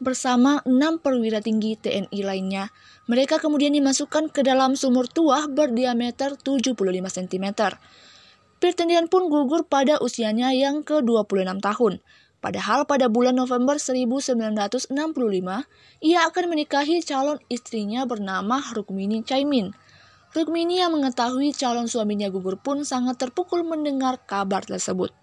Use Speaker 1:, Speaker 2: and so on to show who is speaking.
Speaker 1: bersama 6 perwira tinggi TNI lainnya. Mereka kemudian dimasukkan ke dalam sumur tuah berdiameter 75 cm. Firtendian pun gugur pada usianya yang ke-26 tahun. Padahal pada bulan November 1965, ia akan menikahi calon istrinya bernama Rukmini Caimin. Rukmini yang mengetahui calon suaminya gugur pun sangat terpukul mendengar kabar tersebut.